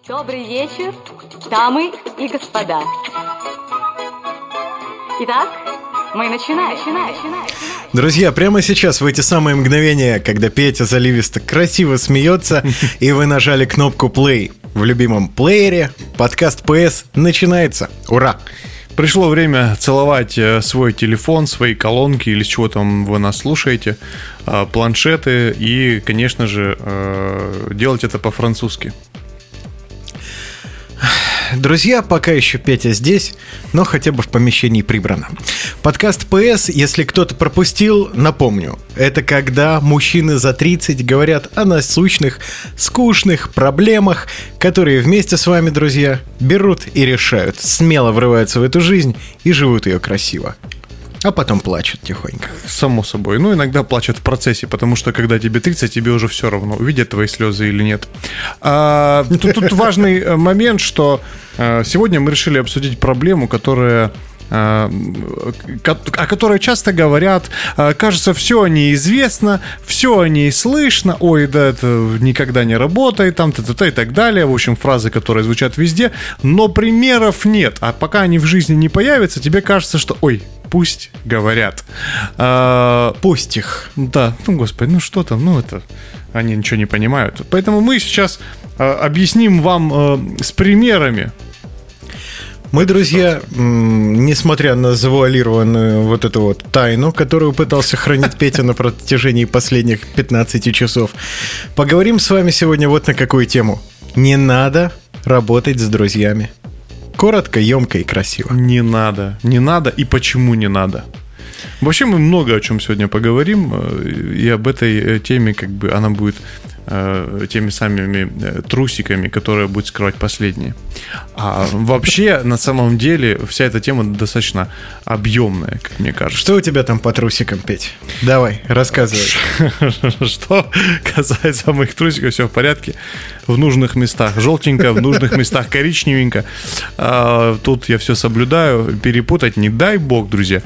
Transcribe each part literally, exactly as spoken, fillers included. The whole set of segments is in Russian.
Добрый вечер, дамы и господа. Итак, мы начинаем. начинаем, начинаем. Друзья, прямо сейчас, в эти самые мгновения, когда Петя заливисто красиво смеется, и вы нажали кнопку play в любимом плеере, подкаст ПС начинается. Ура! Пришло время целовать свой телефон, свои колонки или с чего там вы нас слушаете, планшеты и, конечно же, делать это по-французски. Друзья, пока еще Петя здесь, но хотя бы в помещении прибрано. Подкаст ПС, если кто-то пропустил, напомню. Это когда мужчины за тридцать говорят о насущных, скучных проблемах, которые вместе с вами, друзья, берут и решают. Смело врываются в эту жизнь и живут ее красиво. А потом плачут тихонько. Само собой. Ну, иногда плачут в процессе, потому что, когда тебе тридцать, тебе уже все равно, увидят твои слезы или нет. А, тут, тут важный момент, что а, сегодня мы решили обсудить проблему, которая... о которой часто говорят, кажется, все о ней известно, все о ней слышно, ой, да, это никогда не работает, там, та-та-та и так далее. В общем, фразы, которые звучат везде, но примеров нет. А пока они в жизни не появятся, тебе кажется, что, ой, пусть говорят. А, пусть их. Да, ну, господи, ну что там, ну это... Они ничего не понимают. Поэтому мы сейчас а, объясним вам а, с примерами. Мы, друзья, несмотря на завуалированную вот эту вот тайну, которую пытался хранить Петя на протяжении последних пятнадцати часов, поговорим с вами сегодня вот на какую тему. Не надо работать с друзьями. Коротко, емко и красиво. Не надо. Не надо и почему не надо. Вообще мы много о чем сегодня поговорим, и об этой теме как бы она будет теми самыми трусиками, которые будет скрывать последние. А вообще, на самом деле, вся эта тема достаточно объемная, как мне кажется. Что у тебя там по трусикам, Петь? Давай, рассказывай. Что касается моих трусиков, все в порядке. В нужных местах желтенько, в нужных местах коричневенько. Тут я все соблюдаю. Перепутать не дай бог, друзья.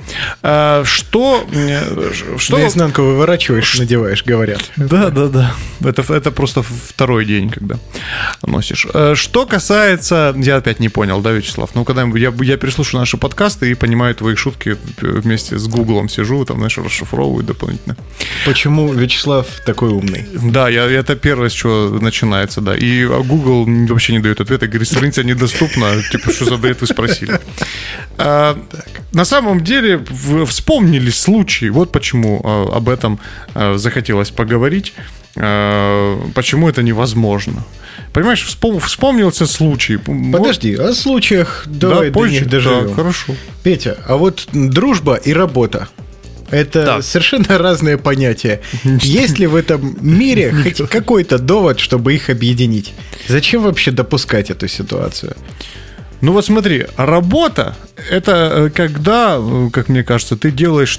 Что... что... Наизнанку выворачиваешь, надеваешь, говорят. Да, да, да. Это Это просто второй день, когда носишь. Что касается... Я опять не понял, да, Вячеслав? Ну, когда я, я переслушаю наши подкасты и понимаю твои шутки, вместе с Гуглом сижу, там, знаешь, расшифровываю дополнительно. Почему Вячеслав такой умный? Да, я, это первое, с чего начинается, да. И Google вообще не дает ответа, говорит, страница недоступна. Типа, что за бред вы спросили? А, на самом деле, вспомнили случаи. Вот почему об этом захотелось поговорить. Почему это невозможно? Понимаешь, вспом... вспомнился случай. Подожди, о случаях давай да, до них доживем. Да, хорошо. Петя, а вот дружба и работа — это да. совершенно разные понятия. Есть ли в этом мире хоть какой-то довод, чтобы их объединить? Зачем вообще допускать эту ситуацию? Ну вот смотри, работа — это когда, как мне кажется, ты делаешь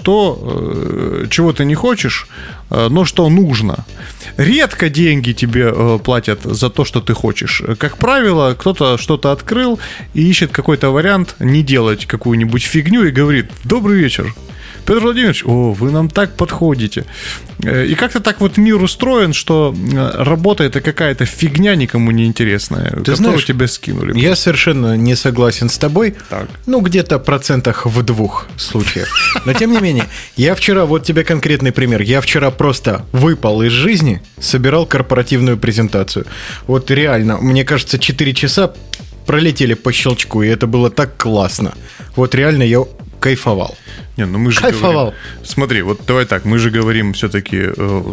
то, чего ты не хочешь, но что нужно. Редко деньги тебе платят за то, что ты хочешь. Как правило, кто-то что-то открыл и ищет какой-то вариант не делать какую-нибудь фигню и говорит: «Добрый вечер, Петр Владимирович, о, вы нам так подходите». И как-то так вот мир устроен, что работа — это какая-то фигня никому не интересная, ты которую знаешь, тебе скинули. Я совершенно не согласен с тобой. Так. Ну, где-то процентах в двух случаях. Но тем не менее, я вчера, вот тебе конкретный пример. Я вчера просто выпал из жизни, собирал корпоративную презентацию. Вот реально, мне кажется, четыре часа пролетели по щелчку, и это было так классно. Вот реально я кайфовал. Не, ну мы же Кайфовал. говорим, смотри, вот давай так, мы же говорим все-таки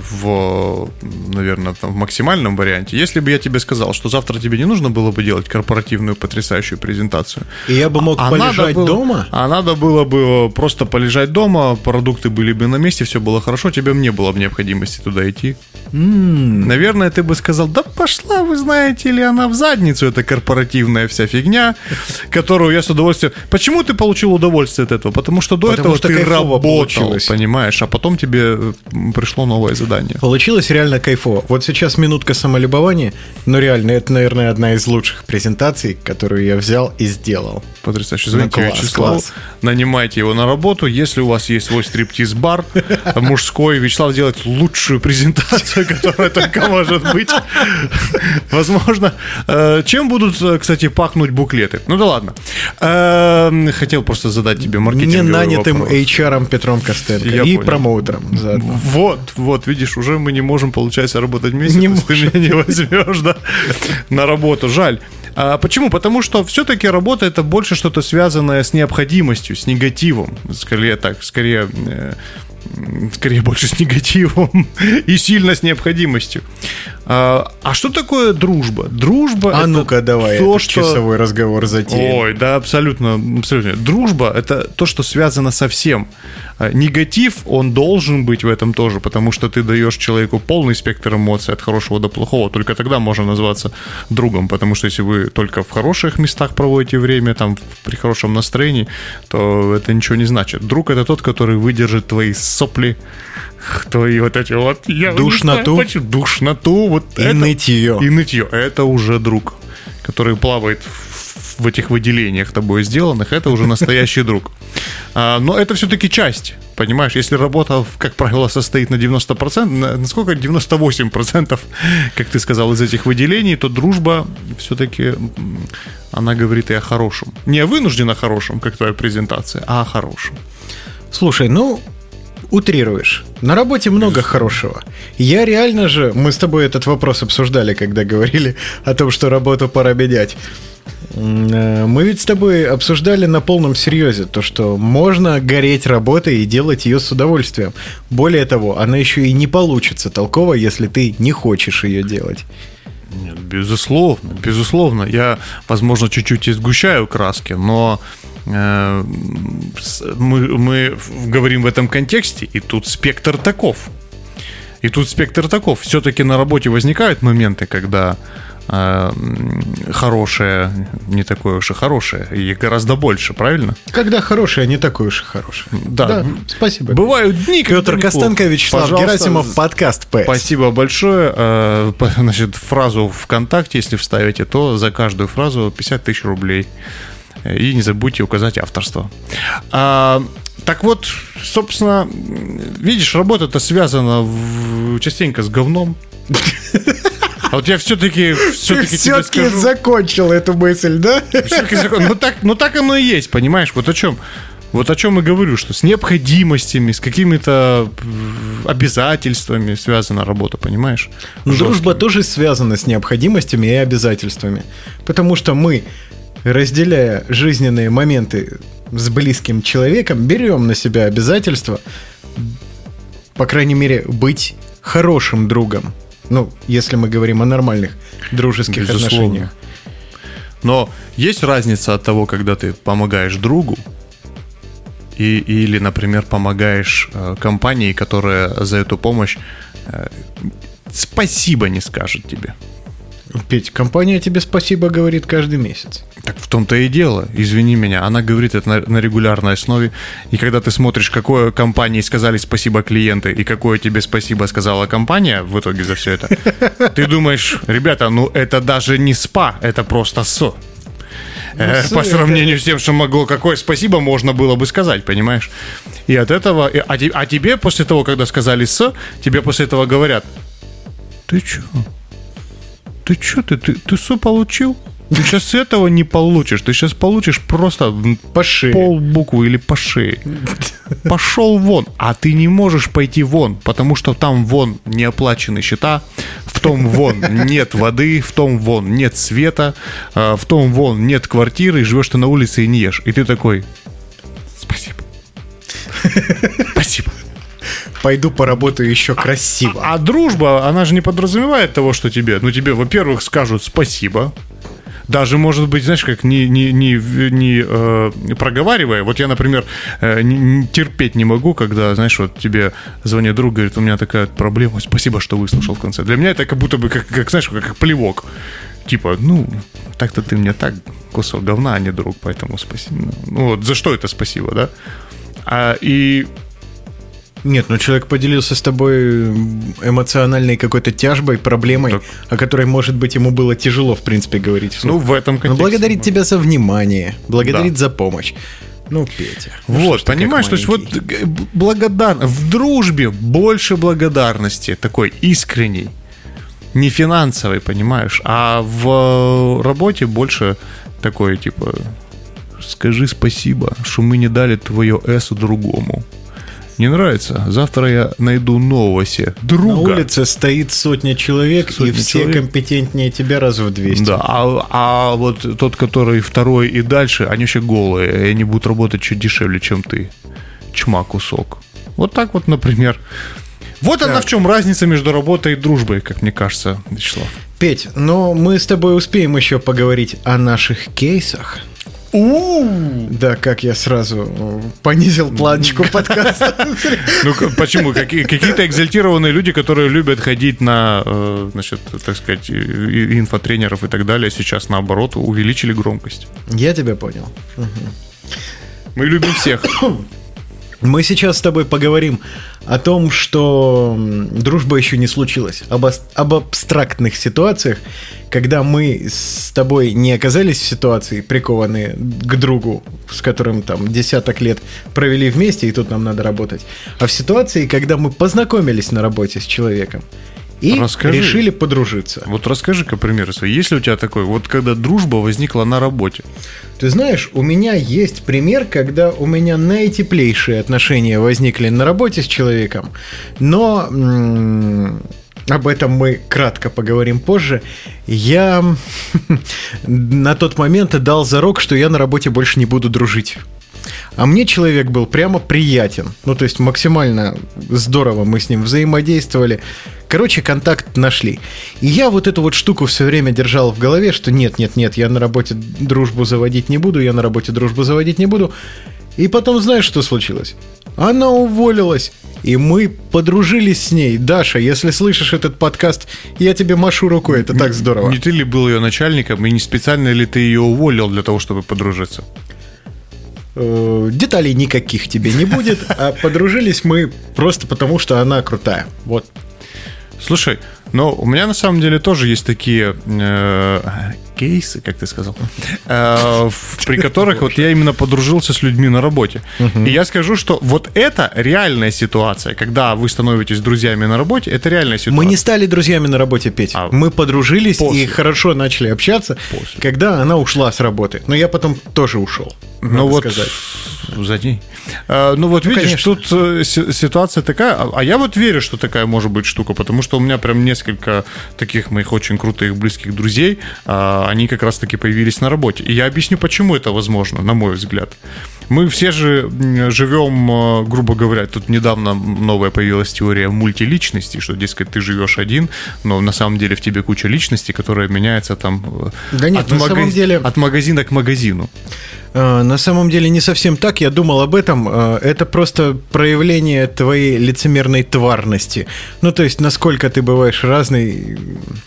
в, наверное, там, в максимальном варианте. Если бы я тебе сказал, что завтра тебе не нужно было бы делать корпоративную потрясающую презентацию, и я бы мог а полежать было, дома, а надо было бы просто полежать дома, продукты были бы на месте, все было хорошо, тебе не было бы необходимости туда идти. Mm. Наверное, ты бы сказал: да пошла, вы знаете ли, она в задницу, эта корпоративная вся фигня, которую я с удовольствием... Почему ты получил удовольствие от этого? Потому что до Потому этого что, что ты работал, получилось. Понимаешь, а потом тебе пришло новое задание. Получилось реально кайфово. Вот сейчас минутка самолюбования, но реально, это, наверное, одна из лучших презентаций, которую я взял и сделал. Потрясающе. Звоните ну, Вячеславу, нанимайте его на работу. Если у вас есть свой стриптиз-бар мужской, Вячеслав делает лучшую презентацию, которая только может быть. Возможно. Чем будут, кстати, пахнуть буклеты? Ну да ладно. Хотел просто задать тебе маркетинговый вопрос. Ненанятым эйч ар-ом Петром Костенко и понял. Промоутером заодно. Вот, вот, видишь, уже мы не можем, получается, работать вместе. Не ты меня не возьмешь, да, на работу. Жаль. А почему? Потому что все-таки работа — это больше что-то связанное с необходимостью, с негативом. Скорее так, скорее... Скорее больше с негативом и сильно с необходимостью. А, а что такое дружба? Дружба. А ну-ка, давай то, этот что... часовой разговор затеем. Ой, да, абсолютно, абсолютно. Дружба — это то, что связано со всем. Негатив, он должен быть в этом тоже, потому что ты даешь человеку полный спектр эмоций от хорошего до плохого. Только тогда можно назваться другом, потому что если вы только в хороших местах проводите время, там, при хорошем настроении, то это ничего не значит. Друг — это тот, который выдержит твои сопли, твои вот эти вот... Я душноту. Не знаю, душноту. Вот и это, нытье. И нытье. Это уже друг, который плавает в этих выделениях тобой сделанных. Это уже настоящий друг. А, но это все-таки часть, понимаешь? Если работа, как правило, состоит на девяносто процентов, на сколько? девяносто восемь процентов, как ты сказал, из этих выделений, то дружба все-таки, она говорит и о хорошем. Не о вынужденно хорошем, как твоя презентация, а о хорошем. Слушай, ну... утрируешь. На работе много хорошего. Я реально же... Мы с тобой этот вопрос обсуждали, когда говорили о том, что работу пора менять. Мы ведь с тобой обсуждали на полном серьезе то, что можно гореть работой и делать ее с удовольствием. Более того, она еще и не получится толково, если ты не хочешь ее делать. Нет, безусловно, безусловно. Я, возможно, чуть-чуть изгущаю краски, но... Мы, мы говорим в этом контексте, и тут спектр таков. И тут спектр таков. Все-таки на работе возникают моменты, когда э, хорошее не такое уж и хорошее, и гораздо больше, правильно? Когда хорошее не такое уж и хорошее. Да, да, спасибо. Бывают дни, Петр Костенко, Вячеслав Пожалуйста. Герасимов, подкаст ПС. Спасибо большое. Значит, фразу ВКонтакте, если вставите, то за каждую фразу пятьдесят тысяч рублей. И не забудьте указать авторство. А, так вот, собственно, видишь, работа-то связана в, частенько с говном. А вот я все-таки все-таки тебе скажу... закончил эту мысль, да? Ну так, ну так оно и есть, понимаешь? Вот о чем. Вот о чем и говорю, что с необходимостями, с какими-то обязательствами связана работа, понимаешь? Но дружба тоже связана с необходимостями и обязательствами. Потому что мы, разделяя жизненные моменты с близким человеком, берем на себя обязательства, по крайней мере, быть хорошим другом. Ну, если мы говорим о нормальных дружеских Безусловно. отношениях. Но есть разница от того, когда ты помогаешь другу, и, или, например, помогаешь э, компании, которая за эту помощь э, спасибо не скажет тебе. Петь, компания тебе спасибо говорит каждый месяц. Так в том-то и дело. Извини меня, она говорит это на, на регулярной основе. И когда ты смотришь, какой компании сказали спасибо клиенты и какое тебе спасибо сказала компания в итоге за все это, ты думаешь, ребята, ну это даже не спа, это просто со. Ну, э, по сравнению это... с тем, что могло, какое спасибо можно было бы сказать, понимаешь? И от этого, а, а тебе после того, когда сказали с, тебе после этого говорят: ты чё? Ты чё, ты, ты, ты со получил? Ты сейчас этого не получишь. Ты сейчас получишь просто по шее. Полбуквы или по шее. Пошел вон. А ты не можешь пойти вон, потому что там вон не оплачены счета, в том вон нет воды, в том вон нет света, в том вон нет квартиры, и живешь ты на улице и не ешь. И ты такой: спасибо. Спасибо. Пойду поработаю еще красиво. А, а дружба, она же не подразумевает того, что тебе, ну тебе, во-первых, скажут спасибо. Даже, может быть, знаешь, как не, не, не, не э, проговаривая. Вот я, например, э, не, не, терпеть не могу, когда, знаешь, вот тебе звонит друг, говорит: у меня такая проблема, спасибо, что выслушал в конце. Для меня это как будто бы, как, как знаешь, как, как плевок. Типа, ну, так-то ты мне так, кусок говна, а не друг, поэтому спасибо. Ну, вот за что это спасибо, да? А, и... Нет, ну человек поделился с тобой эмоциональной какой-то тяжбой, проблемой, так. о которой, может быть, ему было тяжело, в принципе, говорить вслух. Ну, в этом контексте. Но благодарит тебя за внимание, благодарит да. за помощь. Ну, Петя. Ну, вот, понимаешь, то есть вот благодар... в дружбе больше благодарности, такой искренней, не финансовой, понимаешь, а в работе больше такой, типа, скажи спасибо, что мы не дали твое эсо другому. Не нравится? Завтра я найду нового себе друга. На улице стоит сотня человек, сотня и все человек. Компетентнее тебя раз в двести. Да, а, а вот тот, который второй и дальше, они вообще голые, и они будут работать чуть дешевле, чем ты. Чма кусок. Вот так вот, например. Вот так. Она в чем разница между работой и дружбой, как мне кажется, Вячеслав. Петь, но мы с тобой успеем еще поговорить о наших кейсах. У-у-у. Да, как я сразу понизил планочку подкаста. Ну, почему? Какие-то экзальтированные люди, которые любят ходить на, значит, так сказать, инфотренеров и так далее, сейчас, наоборот, увеличили громкость. Я тебя понял. Мы любим всех. Мы сейчас с тобой поговорим о том, что дружба еще не случилась, об, об абстрактных ситуациях, когда мы с тобой не оказались в ситуации, прикованные к другу, с которым там десяток лет провели вместе, и тут нам надо работать, а в ситуации, когда мы познакомились на работе с человеком и расскажи, решили подружиться. Вот расскажи-ка примеры свои. Есть ли у тебя такой, вот когда дружба возникла на работе? Ты знаешь, у меня есть пример, когда у меня наитеплейшие отношения возникли на работе с человеком, но м- об этом мы кратко поговорим позже. Я на тот момент дал зарок, что я на работе больше не буду дружить. А мне человек был прямо приятен. Ну, то есть максимально здорово мы с ним взаимодействовали. Короче, контакт нашли. И я вот эту вот штуку все время держал в голове, что нет-нет-нет, я на работе дружбу заводить не буду, я на работе дружбу заводить не буду. И потом знаешь, что случилось? Она уволилась, и мы подружились с ней. Даша, если слышишь этот подкаст, я тебе машу рукой, это так здорово. Не ты ли был ее начальником, и не специально ли ты ее уволил для того, чтобы подружиться? Деталей никаких тебе не будет, а подружились мы просто потому, что она крутая. Вот. Слушай, но у меня на самом деле тоже есть такие э, кейсы, как ты сказал, э, при которых вот я именно подружился с людьми на работе. Uh-huh. И я скажу, что вот это реальная ситуация, когда вы становитесь друзьями на работе, это реальная ситуация. Мы не стали друзьями на работе, Петь. А, мы подружились после. И хорошо начали общаться, после. Когда она ушла с работы. Но я потом тоже ушел. Ну вот, сказать. За ней. А, ну вот, ну, видишь, конечно. Тут э, ситуация такая, а я вот верю, что такая может быть штука, потому что у меня прям несколько таких моих очень крутых, близких друзей, а, они как раз-таки появились на работе. И я объясню, почему это возможно, на мой взгляд. Мы все же живем, грубо говоря, тут недавно новая появилась теория мультиличности, что, дескать, ты живешь один, но на самом деле в тебе куча личностей, которые меняются там да нет, от, на магаз... самом деле... от магазина к магазину. На самом деле не совсем так, я думал об этом. Это просто проявление твоей лицемерной тварности. Ну, то есть, насколько ты бываешь разный,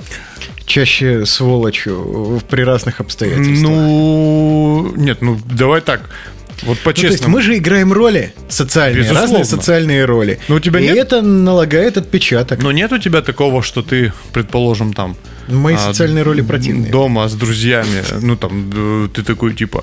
чаще сволочью при разных обстоятельствах. Ну, нет, ну, давай так. Вот по-честному. Ну, то есть мы же играем роли социальные, безусловно. Разные социальные роли. Но у тебя и нет... это налагает отпечаток. Но нет у тебя такого, что ты, предположим, там... Мои а, социальные роли противные. Дома с друзьями, ну там, ты такой типа...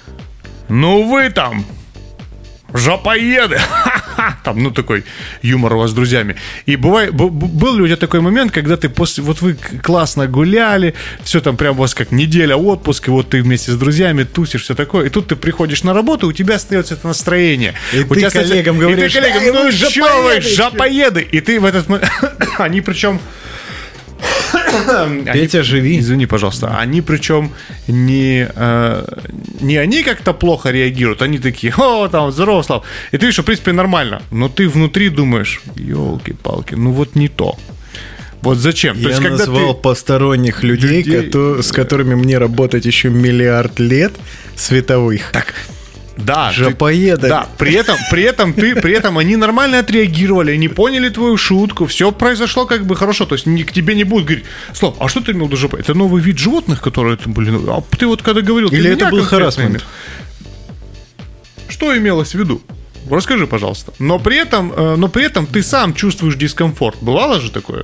Ну вы там, жопоеды, там, ну такой юмор у вас с друзьями. И бывает, б- был ли у тебя такой момент, когда ты после, вот вы классно гуляли, все там прям у вас как неделя отпуска, и вот ты вместе с друзьями тусишь, все такое, и тут ты приходишь на работу, у тебя остается это настроение. И у ты тебя коллегам остается, говоришь, и ты коллегам, ну что вы, жопоеды, и ты в этот момент, они причем... Петя, они, живи. Извини, пожалуйста. Они причем не, э, не они как-то плохо реагируют, они такие, о, там, здорово, Слав. И ты видишь, что, в принципе, нормально. Но ты внутри думаешь, елки-палки, ну вот не то. Вот зачем? Я то есть, когда назвал ты... посторонних людей, людей... Кото... с которыми мне работать еще миллиард лет световых. Так... Да, жопоеды. Ты, да, при этом, при этом ты, при этом они нормально отреагировали, они поняли твою шутку, все произошло как бы хорошо, то есть ни, к тебе не будут говорить, Слав, а что ты имел в виду? Это новый вид животных, которые это были, а ты вот когда говорил, или это был харассмент? Что имелось в виду? Расскажи, пожалуйста. Но при этом, но при этом ты сам чувствуешь дискомфорт. Бывало же такое?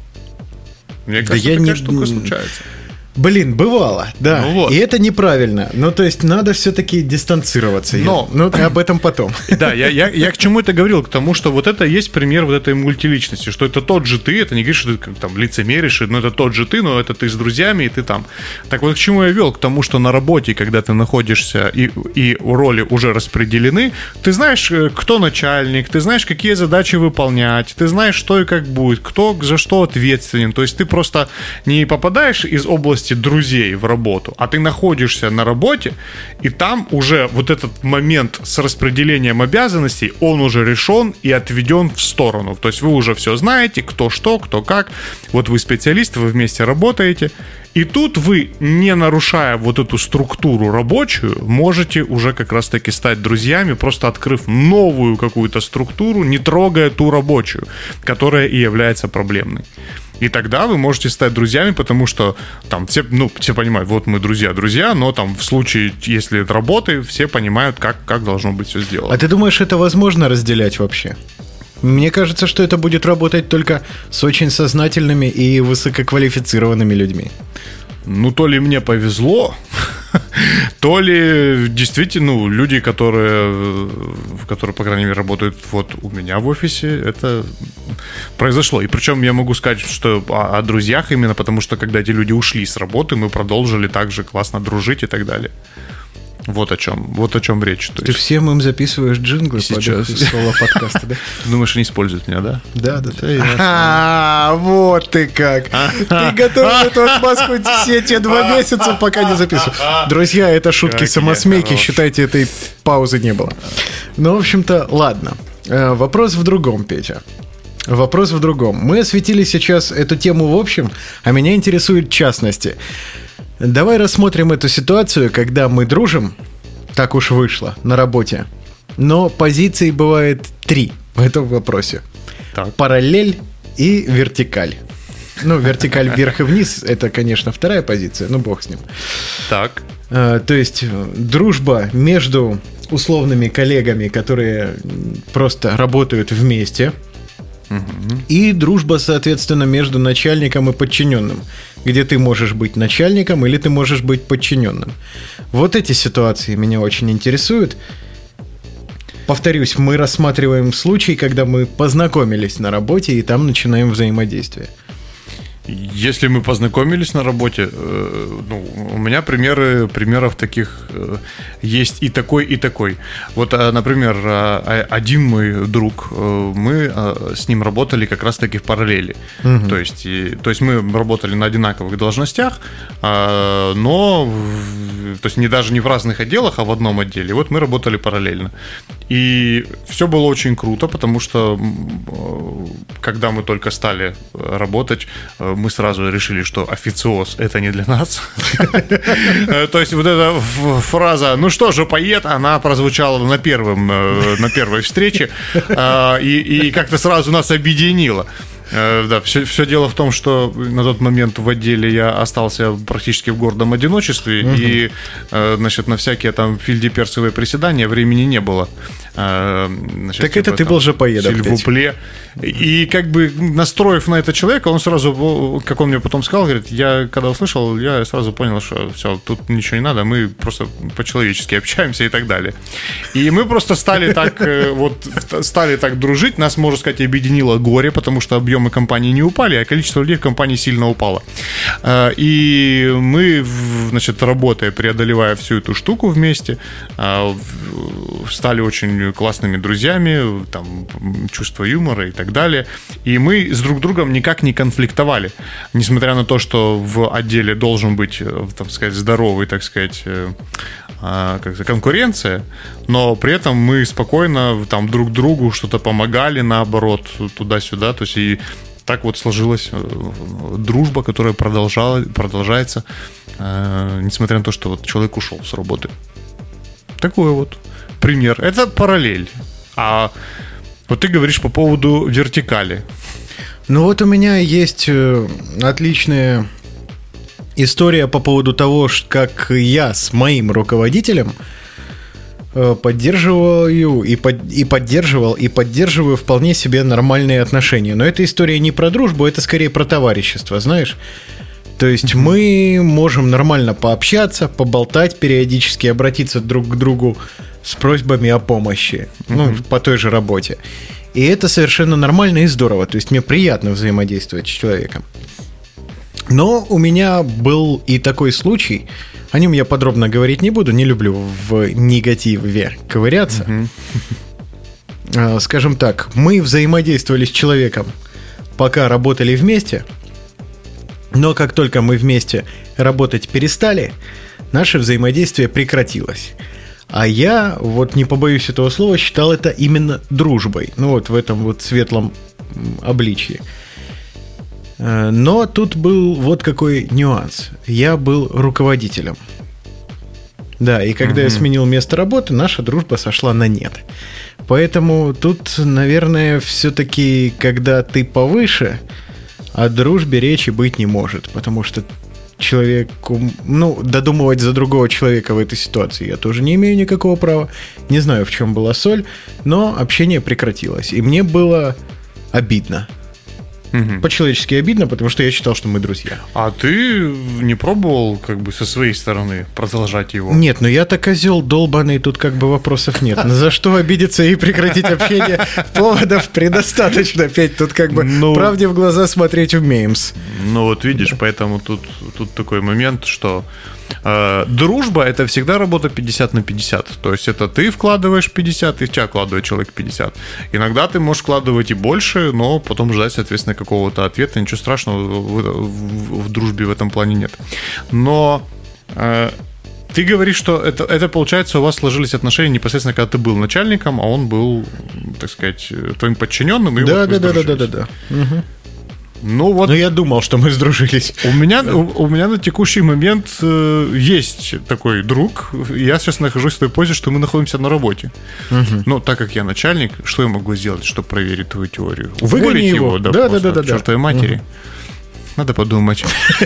Мне кажется, да я такая не... штука случается. Блин, бывало, да. Ну вот. И это неправильно. Ну, то есть, надо все-таки дистанцироваться. Но... Ну, об этом потом. Да, я, я, я к чему это говорил? К тому, что вот это есть пример вот этой мультиличности, что это тот же ты, это не говоришь, что ты там лицемеришь, но это тот же ты, но это ты с друзьями, и ты там. Так вот, к чему я вел? К тому, что на работе, когда ты находишься, и, и роли уже распределены, ты знаешь, кто начальник, ты знаешь, какие задачи выполнять, ты знаешь, что и как будет, кто за что ответственен. То есть ты просто не попадаешь из области друзей в работу, а ты находишься на работе, и там уже вот этот момент с распределением обязанностей, он уже решен и отведен в сторону. То есть вы уже все знаете, кто что, кто как. Вот вы специалист, вы вместе работаете. И тут вы, не нарушая вот эту структуру рабочую, можете уже как раз-таки стать друзьями, просто открыв новую какую-то структуру, не трогая ту рабочую, которая и является проблемной. И тогда вы можете стать друзьями, потому что там все, ну, все понимают, вот мы друзья-друзья, но там в случае, если это работы, все понимают, как, как должно быть все сделано. А ты думаешь, это возможно разделять вообще? Мне кажется, что это будет работать только с очень сознательными и высококвалифицированными людьми. Ну, то ли мне повезло, то ли действительно, ну, люди, которые, которые, по крайней мере, работают вот у меня в офисе, это произошло. И причем я могу сказать, что о, о друзьях именно, потому что когда эти люди ушли с работы, мы продолжили также классно дружить и так далее. Вот о чем, вот о чем речь. То Ты есть... всем им записываешь джинглы Сейчас. под соло-подкасты, да? Думаешь, они используют меня, да? Да, да, да. А, вот ты как. Ты готов эту отмазку все те два месяца, пока не записываю. Друзья, это шутки самосмейки, считайте, этой паузы не было. Ну, в общем-то, ладно. Вопрос в другом, Петя. Вопрос в другом. Мы осветили сейчас эту тему в общем, а меня интересует частности. Давай рассмотрим эту ситуацию, когда мы дружим, так уж вышло, на работе. Но позиций бывает три в этом вопросе. Так. Параллель и вертикаль. Ну, вертикаль вверх и вниз, это, конечно, вторая позиция, но бог с ним. Так. А, то есть дружба между условными коллегами, которые просто работают вместе. И дружба, соответственно, между начальником и подчиненным, где ты можешь быть начальником или ты можешь быть подчиненным. Вот эти ситуации меня очень интересуют. Повторюсь, мы рассматриваем случай, когда мы познакомились на работе и там начинаем взаимодействие. Если мы познакомились на работе, э, ну, у меня примеры, примеров таких э, есть и такой, и такой. Вот, э, например, э, один мой друг, э, мы э, с ним работали как раз-таки в параллели. Угу. То есть, и, то есть мы работали на одинаковых должностях, э, но в, то есть не даже не в разных отделах, а в одном отделе. Вот мы работали параллельно. И все было очень круто, потому что э, когда мы только стали работать, э, мы сразу решили, что официоз — это не для нас. То есть вот эта фраза «ну что же, поэт», она прозвучала на, первом, на первой встрече и, и как-то сразу нас объединила. Да, все, все дело в том, что на тот момент в отделе я остался практически в гордом одиночестве, угу. и, значит, на всякие там фильдеперсовые приседания времени не было. Значит, так типа, это ты был же поедом. Сильвупле. И как бы настроив на это человека, он сразу, как он мне потом сказал, говорит, я когда услышал, я сразу понял, что все, тут ничего не надо, мы просто по-человечески общаемся и так далее. И мы просто стали так, вот, стали так дружить, нас, можно сказать, объединило горе, потому что объем компании не упали, а количество людей в компании сильно упало. И мы, значит, работая, преодолевая всю эту штуку вместе, стали очень классными друзьями, там, чувство юмора и так далее. И мы с друг другом никак не конфликтовали. Несмотря на то, что в отделе должен быть, так сказать, здоровый, так сказать, как конкуренция, но при этом мы спокойно там друг другу что-то помогали, наоборот, туда-сюда. То есть и так вот сложилась дружба, которая продолжала, продолжается, несмотря на то, что вот человек ушел с работы. Такой вот пример. Это параллель. А вот ты говоришь по поводу вертикали. Ну вот у меня есть отличная история по поводу того, как я с моим руководителем поддерживаю и, под, и поддерживал, и поддерживаю вполне себе нормальные отношения. Но эта история не про дружбу, это скорее про товарищество, знаешь? То есть мы можем нормально пообщаться, поболтать периодически, обратиться друг к другу с просьбами о помощи, ну, по той же работе. И это совершенно нормально и здорово. То есть мне приятно взаимодействовать с человеком. Но у меня был и такой случай, о нем я подробно говорить не буду, не люблю в негативе ковыряться. Mm-hmm. Скажем так, мы взаимодействовали с человеком, пока работали вместе, но как только мы вместе работать перестали, наше взаимодействие прекратилось. А я, вот не побоюсь этого слова, считал это именно дружбой, ну вот в этом вот светлом обличии. Но тут был вот какой нюанс. Я был руководителем. Да, и когда mm-hmm. я сменил место работы, наша дружба сошла на нет. Поэтому тут, наверное, все-таки, когда ты повыше, о дружбе речи быть не может. Потому что человеку, ну, додумывать за другого человека в этой ситуации я тоже не имею никакого права. Не знаю, в чем была соль, но общение прекратилось. И мне было обидно. Угу. По-человечески обидно, потому что я считал, что мы друзья. А ты не пробовал как бы со своей стороны продолжать его? Нет, но я-то козел долбаный, тут как бы вопросов нет. За что обидеться и прекратить общение? Поводов предостаточно, Петь, тут как бы ну, правде в глаза смотреть умеем. Ну вот видишь, поэтому тут, тут такой момент, что э, дружба — это всегда работа пятьдесят на пятьдесят. То есть это ты вкладываешь пятьдесят, и в тебя вкладывает человек пятьдесят. Иногда ты можешь вкладывать и больше, но потом ждать, соответственно, какого-то ответа. Ничего страшного в, в, в дружбе в этом плане нет. Но э, ты говоришь, что это, это, получается, у вас сложились отношения непосредственно, когда ты был начальником, а он был, так сказать, твоим подчиненным. И да, вот да, да, да, да, да, да. Угу. Ну, вот. Но я думал, что мы сдружились. У меня, у, у меня на текущий момент э, есть такой друг. Я сейчас нахожусь в той позе, что мы находимся на работе. Угу. Но так как я начальник, что я могу сделать, чтобы проверить твою теорию? Выгони его. его да, да, да, да, да, чертовой матери. Угу. Надо подумать.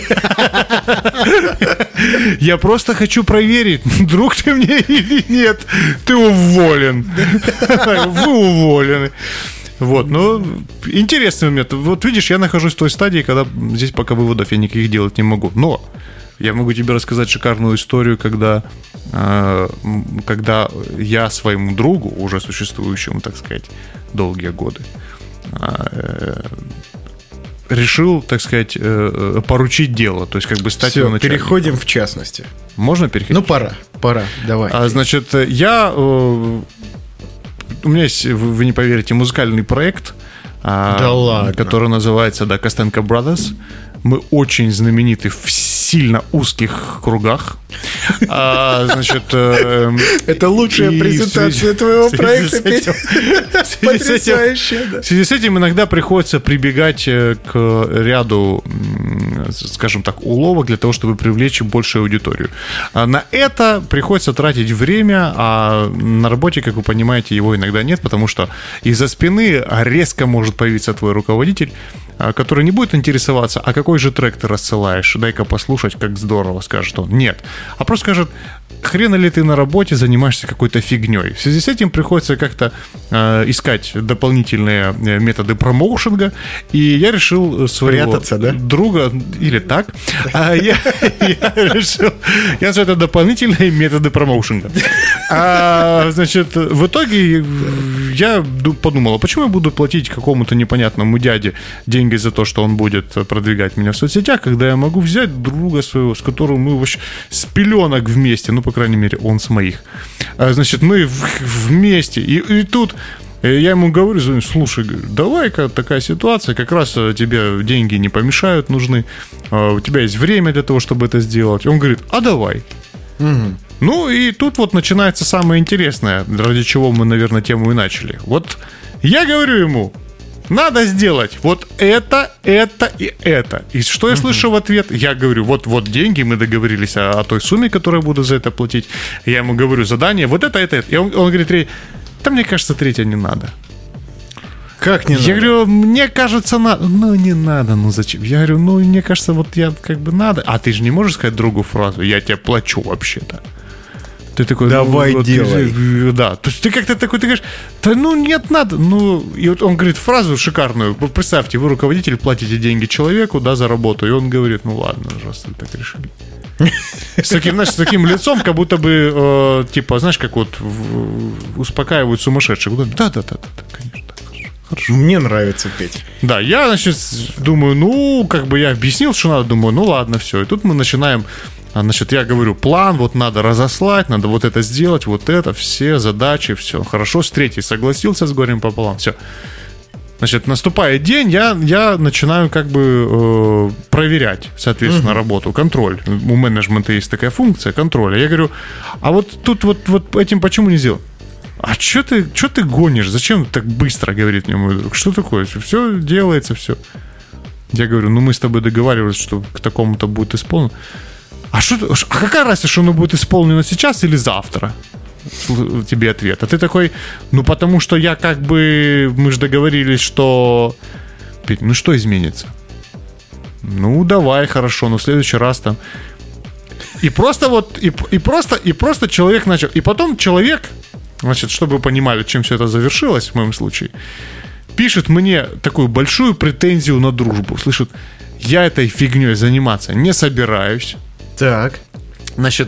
Я просто хочу проверить, друг ты мне или нет. Ты уволен. Вы уволены. Вот, ну, интересный момент. Вот видишь, я нахожусь в той стадии, когда здесь пока выводов я никаких делать не могу. Но я могу тебе рассказать шикарную историю, когда, э, когда я своему другу, уже существующему, так сказать, долгие годы, э, решил, так сказать, э, поручить дело, то есть как бы стать Все, его начальником. Переходим в частности. Можно переходить? Ну, пора, пора, давай. А, значит, я... Э, У меня есть, вы не поверите, музыкальный проект, да ладно. который называется да, Костенко Brothers. Мы очень знамениты в сильно узких кругах. А, значит, э, это лучшая презентация связи, твоего проекта, Петя. Потрясающе. В связи с этим иногда приходится прибегать к ряду, скажем так, уловок для того, чтобы привлечь большую аудиторию. А на это приходится тратить время, а на работе, как вы понимаете, его иногда нет, потому что из-за спины резко может появиться твой руководитель, который не будет интересоваться, а какой же трек ты рассылаешь, дай-ка послушать, как здорово, скажет он. Нет. А просто скажет, хрена ли ты на работе занимаешься какой-то фигней. В связи с этим приходится как-то э, искать дополнительные методы промоушенга, и я решил своего Прятаться, да? друга, или так, а я, я решил, я называю это дополнительные методы промоушенга. А, значит, в итоге я подумал, а почему я буду платить какому-то непонятному дяде деньги за то, что он будет продвигать меня в соцсетях, когда я могу взять друга своего, с которым мы вообще с пеленок вместе, ну, по крайней мере, он с моих. А, значит, мы в, вместе, и, и тут я ему говорю, слушай, давай-ка такая ситуация, как раз тебе деньги не помешают, нужны, у тебя есть время для того, чтобы это сделать. Он говорит, а давай. Угу. Ну, и тут вот начинается самое интересное, ради чего мы, наверное, тему и начали. Вот я говорю ему, надо сделать вот это, это и это. И что я слышу в ответ? Я говорю, вот, вот деньги, мы договорились о, о той сумме, которую я буду за это платить. Я ему говорю, задание, вот это, это, это. И он, он говорит, да мне кажется, третье не надо. Как не надо? Я говорю, мне кажется, надо. Ну, не надо, ну зачем? Я говорю, ну, мне кажется, вот я как бы надо. А ты же не можешь сказать другу фразу, я тебе плачу вообще-то. Ты такой, давай ну, вот, делай. Ты, да, то есть ты как-то такой, ты говоришь, да ну нет, надо. Ну, и вот он говорит фразу шикарную. Вы представьте, вы руководитель, платите деньги человеку, да, за работу, и он говорит, ну ладно, раз вы так решили. С таким, знаешь, с таким лицом, как будто бы, э, типа, знаешь, как вот в, успокаивают сумасшедших. Да-да-да, конечно. Хорошо. Мне нравится петь. Да, я, значит, думаю, ну, как бы я объяснил, что надо, думаю, ну ладно, все. И тут мы начинаем, значит, я говорю, план, вот надо разослать, надо вот это сделать, вот это, все задачи, все. Хорошо, с третьей согласился с горем пополам, все. Значит, наступает день, я, я начинаю как бы э, проверять, соответственно, угу. работу, контроль. У менеджмента есть такая функция контроля. Я говорю, а вот тут вот, вот этим почему не сделал? А что ты, что ты гонишь? Зачем так быстро, говорит мне мой друг? Что такое? Все делается, все. Я говорю, ну мы с тобой договаривались, что к такому-то будет исполнено. А, что, а какая разница, что оно будет исполнено сейчас или завтра? Тебе ответ. А ты такой, ну потому что я как бы, мы же договорились, что... Ну что изменится? Ну давай, хорошо, но в следующий раз там... И просто вот, и, и просто, и просто человек начал... И потом человек... Значит, чтобы вы понимали, чем все это завершилось, в моем случае, пишет мне такую большую претензию на дружбу. Слышит, я этой фигней заниматься не собираюсь. Так. Значит,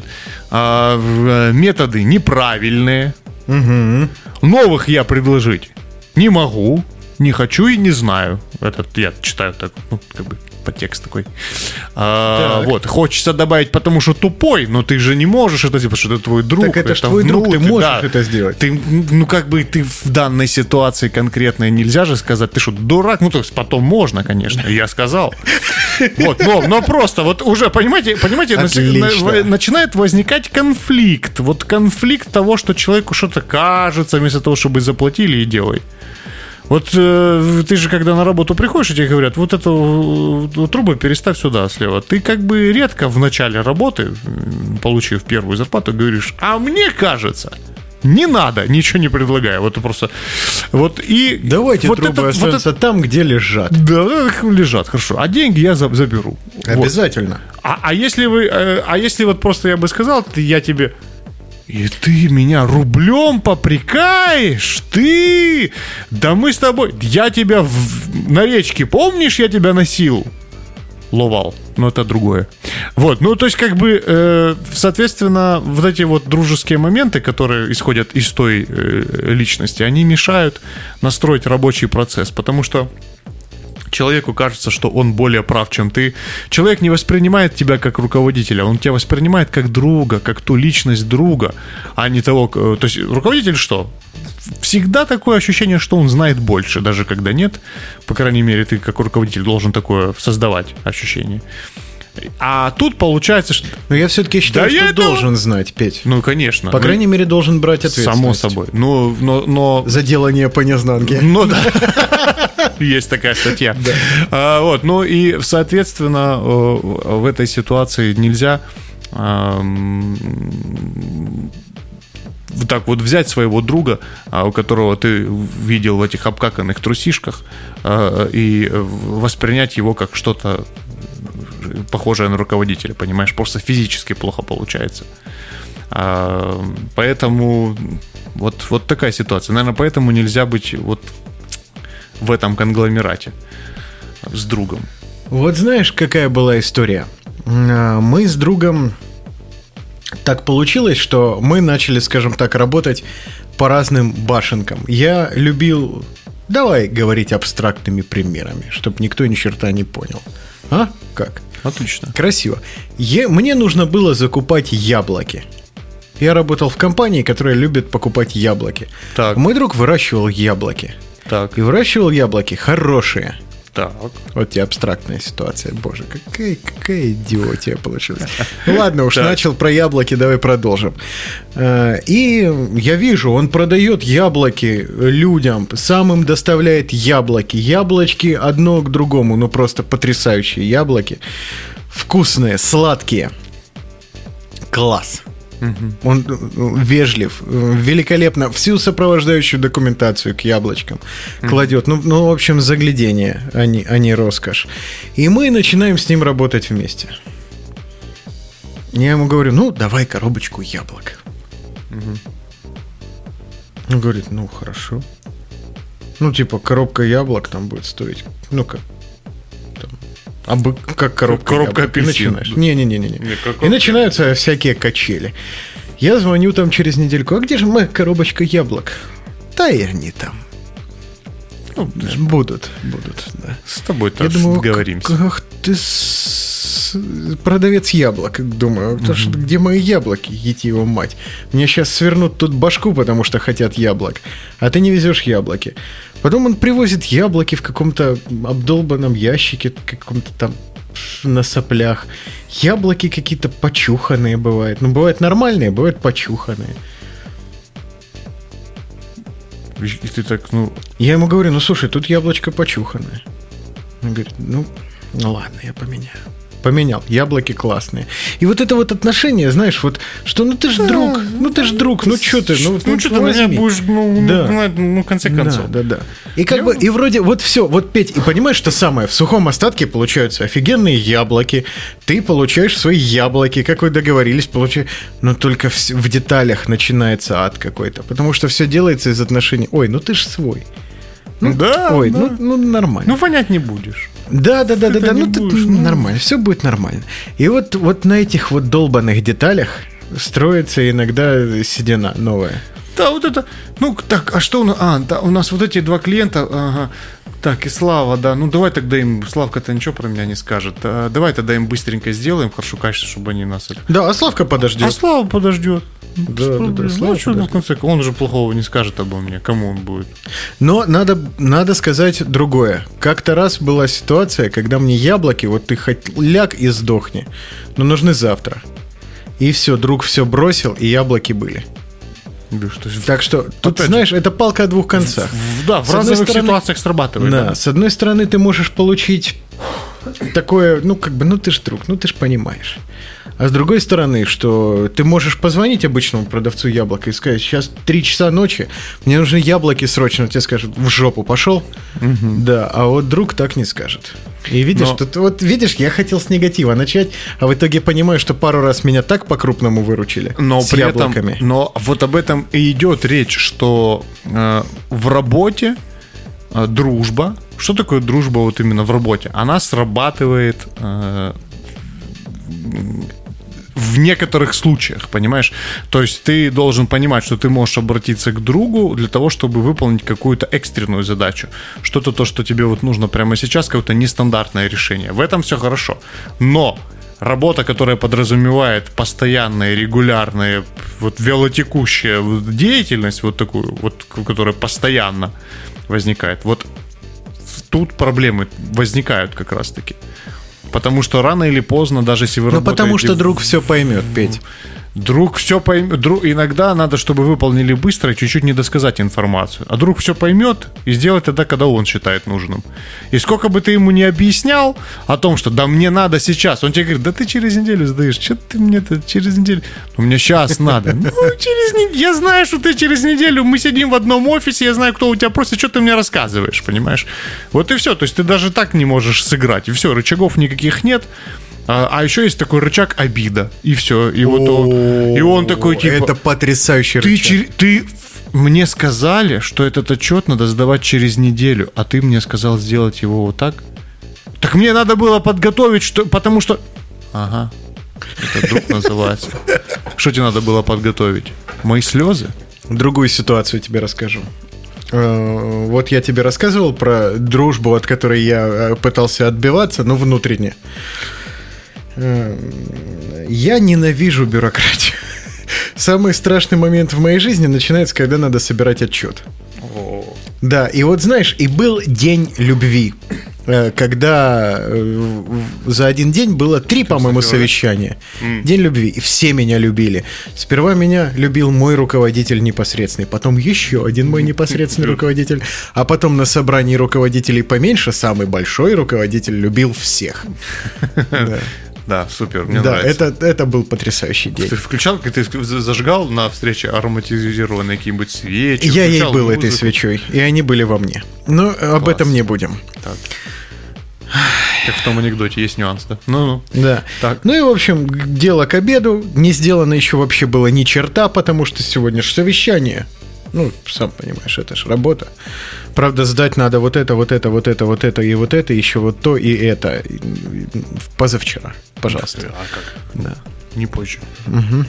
методы неправильные. Угу. Новых я предложить не могу, не хочу и не знаю. Это я читаю так, ну, как бы подтекст такой. А, вот, хочется добавить, потому что тупой, но ты же не можешь это сделать, потому что это твой друг. Так это, это же твой внутрь, друг, ты можешь да, это сделать. Ты, ну, как бы ты в данной ситуации конкретной нельзя же сказать, ты что, дурак? Ну, то есть потом можно, конечно, я сказал. Вот, но, но просто вот уже, понимаете, понимаете, на, начинает возникать конфликт. Вот конфликт того, что человеку что-то кажется, вместо того, чтобы заплатили и делай. Вот э, ты же, когда на работу приходишь, и тебе говорят, вот эту э, трубу переставь сюда слева. Ты как бы редко в начале работы, получив первую зарплату, говоришь, а мне кажется, не надо, ничего не предлагаю. Вот просто... Вот и давайте вот трубы это, останутся вот это, там, где лежат. Да, лежат, хорошо. А деньги я заберу. Обязательно. Вот. А, а если вы... А если вот просто я бы сказал, я тебе... И ты меня рублем попрекаешь? Ты? Да мы с тобой... Я тебя в... на речке, помнишь, я тебя носил? Ловал. Но это другое. Вот, ну, то есть, как бы, э, соответственно, вот эти вот дружеские моменты, которые исходят из той э, личности, они мешают настроить рабочий процесс, потому что человеку кажется, что он более прав, чем ты. Человек не воспринимает тебя как руководителя, он тебя воспринимает как друга, как ту личность друга, а не того... То есть руководитель что? Всегда такое ощущение, что он знает больше, даже когда нет. По крайней мере, ты как руководитель должен такое создавать ощущение. А тут получается, что... Но я все-таки считаю, да что должен это... знать, Петь. Ну, конечно. По крайней ну, мере, должен брать ответственность. Само собой. Но, но, но... За делание по незнанке. Ну, да. Есть такая статья. Да. А, вот, ну и, соответственно, в этой ситуации нельзя а, вот так вот взять своего друга, у которого ты видел в этих обкаканных трусишках, а, и воспринять его как что-то похожее на руководителя, понимаешь? Просто физически плохо получается. А, поэтому вот, вот такая ситуация. Наверное, поэтому нельзя быть вот в этом конгломерате с другом. Вот знаешь, какая была история? Мы с другом... Так получилось, что мы начали, скажем так, работать по разным башенкам. Я любил... Давай говорить абстрактными примерами, чтобы никто ни черта не понял. А? Как? Отлично. Красиво. Е... Мне нужно было закупать яблоки. Я работал в компании, которая любит покупать яблоки. Так. Мой друг выращивал яблоки. Так. И выращивал яблоки хорошие. Так. Вот тебе абстрактная ситуация. Боже, какая, какая идиотия получилась. Ну ладно, уж начал про яблоки, давай продолжим. И я вижу, он продает яблоки людям, сам им доставляет яблоки. Яблочки одно к другому, ну просто потрясающие яблоки. Вкусные, сладкие. Класс. Угу. Он вежлив, великолепно всю сопровождающую документацию к яблочкам угу. кладет. Ну, ну, в общем, заглядение, а не, а не роскошь. И мы начинаем с ним работать вместе. Я ему говорю, ну, давай коробочку яблок. Угу. Он говорит, ну, хорошо. Ну, типа, коробка яблок там будет стоить, ну, как, там, абы, как коробка, коробка яблок. апельсин. Не-не-не. Не, И начинаются всякие качели. Я звоню там через недельку, а где же моя коробочка яблок? Да и они там. Ну, будут, будут, да. С тобой Я тоже думаю, договоримся. Ах ты с... продавец яблок. Думаю, потому что где мои яблоки, ети его мать. Мне сейчас свернут тут башку, потому что хотят яблок. А ты не везешь яблоки. Потом он привозит яблоки в каком-то обдолбанном ящике, каком-то там на соплях. Яблоки какие-то почуханные бывают. Ну, бывают нормальные, бывают почуханные. И ты так, ну... Я ему говорю, ну, слушай, тут яблочко почуханное. Он говорит, ну, ну ладно, я поменяю. Поменял. Яблоки классные. И вот это вот отношение, знаешь, вот, что ну ты ж да, друг, ну ты ж друг, ну что ты, ну, ну, ну что ты меня будешь, ну, да. ну, ну, в конце концов. Да, да, да. И как я... бы, и вроде, вот все, вот Петь, и понимаешь, что самое, в сухом остатке получаются офигенные яблоки, ты получаешь свои яблоки, как вы договорились, получаешь, но только в, в деталях начинается ад какой-то, потому что все делается из отношений, ой, ну ты ж свой. Ну, да, ой, да. Ну, ну нормально. Ну, вонять не будешь. Да, да, да, да, да. Ну, будешь, ты, ну... нормально, все будет нормально. И вот, вот на этих вот долбанных деталях строится иногда седина новая. Да, вот это. Ну, так, а что у нас? А, да, у нас вот эти два клиента. Ага. Так, и Слава, да. Ну, давай тогда им. Славка-то ничего про меня не скажет. А, давай тогда им быстренько сделаем, хорошо, качество, чтобы они нас. Да, а Славка подождет. А Слава подождет. Да, да, да. Слава, ну, что, в конце он же плохого не скажет обо мне. Кому он будет? Но надо, надо сказать другое. Как-то раз была ситуация, когда мне яблоки, вот ты хоть ляг и сдохни, но нужны завтра. И все, друг все бросил, и яблоки были. Да, что так что, тут, знаешь, это палка о двух концах. В, да, в с разных стороны, ситуациях срабатывает. Да, да, с одной стороны, ты можешь получить такое, ну, как бы, ну, ты ж друг, ну, ты ж понимаешь. А с другой стороны, что ты можешь позвонить обычному продавцу яблок и сказать, сейчас три часа ночи, мне нужны яблоки срочно, он тебе скажет, в жопу пошел. Угу. Да, а вот друг так не скажет. И видишь, Но... тут, вот видишь, я хотел с негатива начать, а в итоге понимаю, что пару раз меня так по-крупному выручили но с при яблоками. Этом, но вот об этом и идет речь, что э, в работе э, дружба, что такое дружба вот именно в работе? Она срабатывает... Э, в некоторых случаях, понимаешь? То есть ты должен понимать, что ты можешь обратиться к другу для того, чтобы выполнить какую-то экстренную задачу. Что-то то, что тебе вот нужно прямо сейчас, какое-то нестандартное решение. В этом все хорошо. Но работа, которая подразумевает постоянная, регулярная, вот вялотекущая деятельность, вот такую, вот, которая постоянно возникает, вот тут проблемы возникают как раз-таки. Потому что рано или поздно, даже если вы ну, работаете... потому что друг все поймет, Петь. Друг все поймет. Друг... Иногда надо, чтобы выполнили быстро и чуть-чуть не досказать информацию. А друг все поймет и сделает тогда, когда он считает нужным. И сколько бы ты ему не объяснял о том, что да мне надо сейчас, он тебе говорит, да ты через неделю сдаешь, что ты мне-то через неделю? Ну мне сейчас надо. Ну через неделю. Я знаю, что ты через неделю, мы сидим в одном офисе, я знаю, кто у тебя просит, что ты мне рассказываешь, понимаешь? Вот и все. То есть ты даже так не можешь сыграть. И все, рычагов никаких нет. А, а еще есть такой рычаг обида. И все. И вот он, и он такой типа... Это потрясающий ты, рычаг. Ты мне сказали, что этот отчет надо сдавать через неделю, а ты мне сказал сделать его вот так. Так мне надо было подготовить, что, потому что... Ага. Это друг называется. Что тебе надо было подготовить? Мои слезы? Другую ситуацию тебе расскажу. Вот я тебе рассказывал про дружбу, от которой я пытался отбиваться, но внутренне. Я ненавижу бюрократию. Самый страшный момент в моей жизни начинается, когда надо собирать отчет. О. Да, и вот знаешь, и был день любви, когда за один день было три, по-моему, совещания. Mm. День любви, и все меня любили. Сперва меня любил мой руководитель непосредственный, потом еще один мой непосредственный руководитель, а потом на собрании руководителей поменьше самый большой руководитель любил всех. Да. Да, супер, мне да, нравится. Это, это был потрясающий день. Ты включал, ты зажигал на встрече ароматизированные какие-нибудь свечи? Я ей был музыку. Этой свечой, и они были во мне. Но об Класс. Этом не будем. Так. Как в том анекдоте, есть нюанс, да? Ну-ну. Да. Так. Ну и, в общем, дело к обеду. Не сделано еще вообще было ни черта, потому что сегодня же совещание. Ну, сам понимаешь, это же работа. Правда, сдать надо вот это, вот это, вот это, вот это и вот это, еще вот то и это. Позавчера, пожалуйста. А как? Да. Не позже. Угу.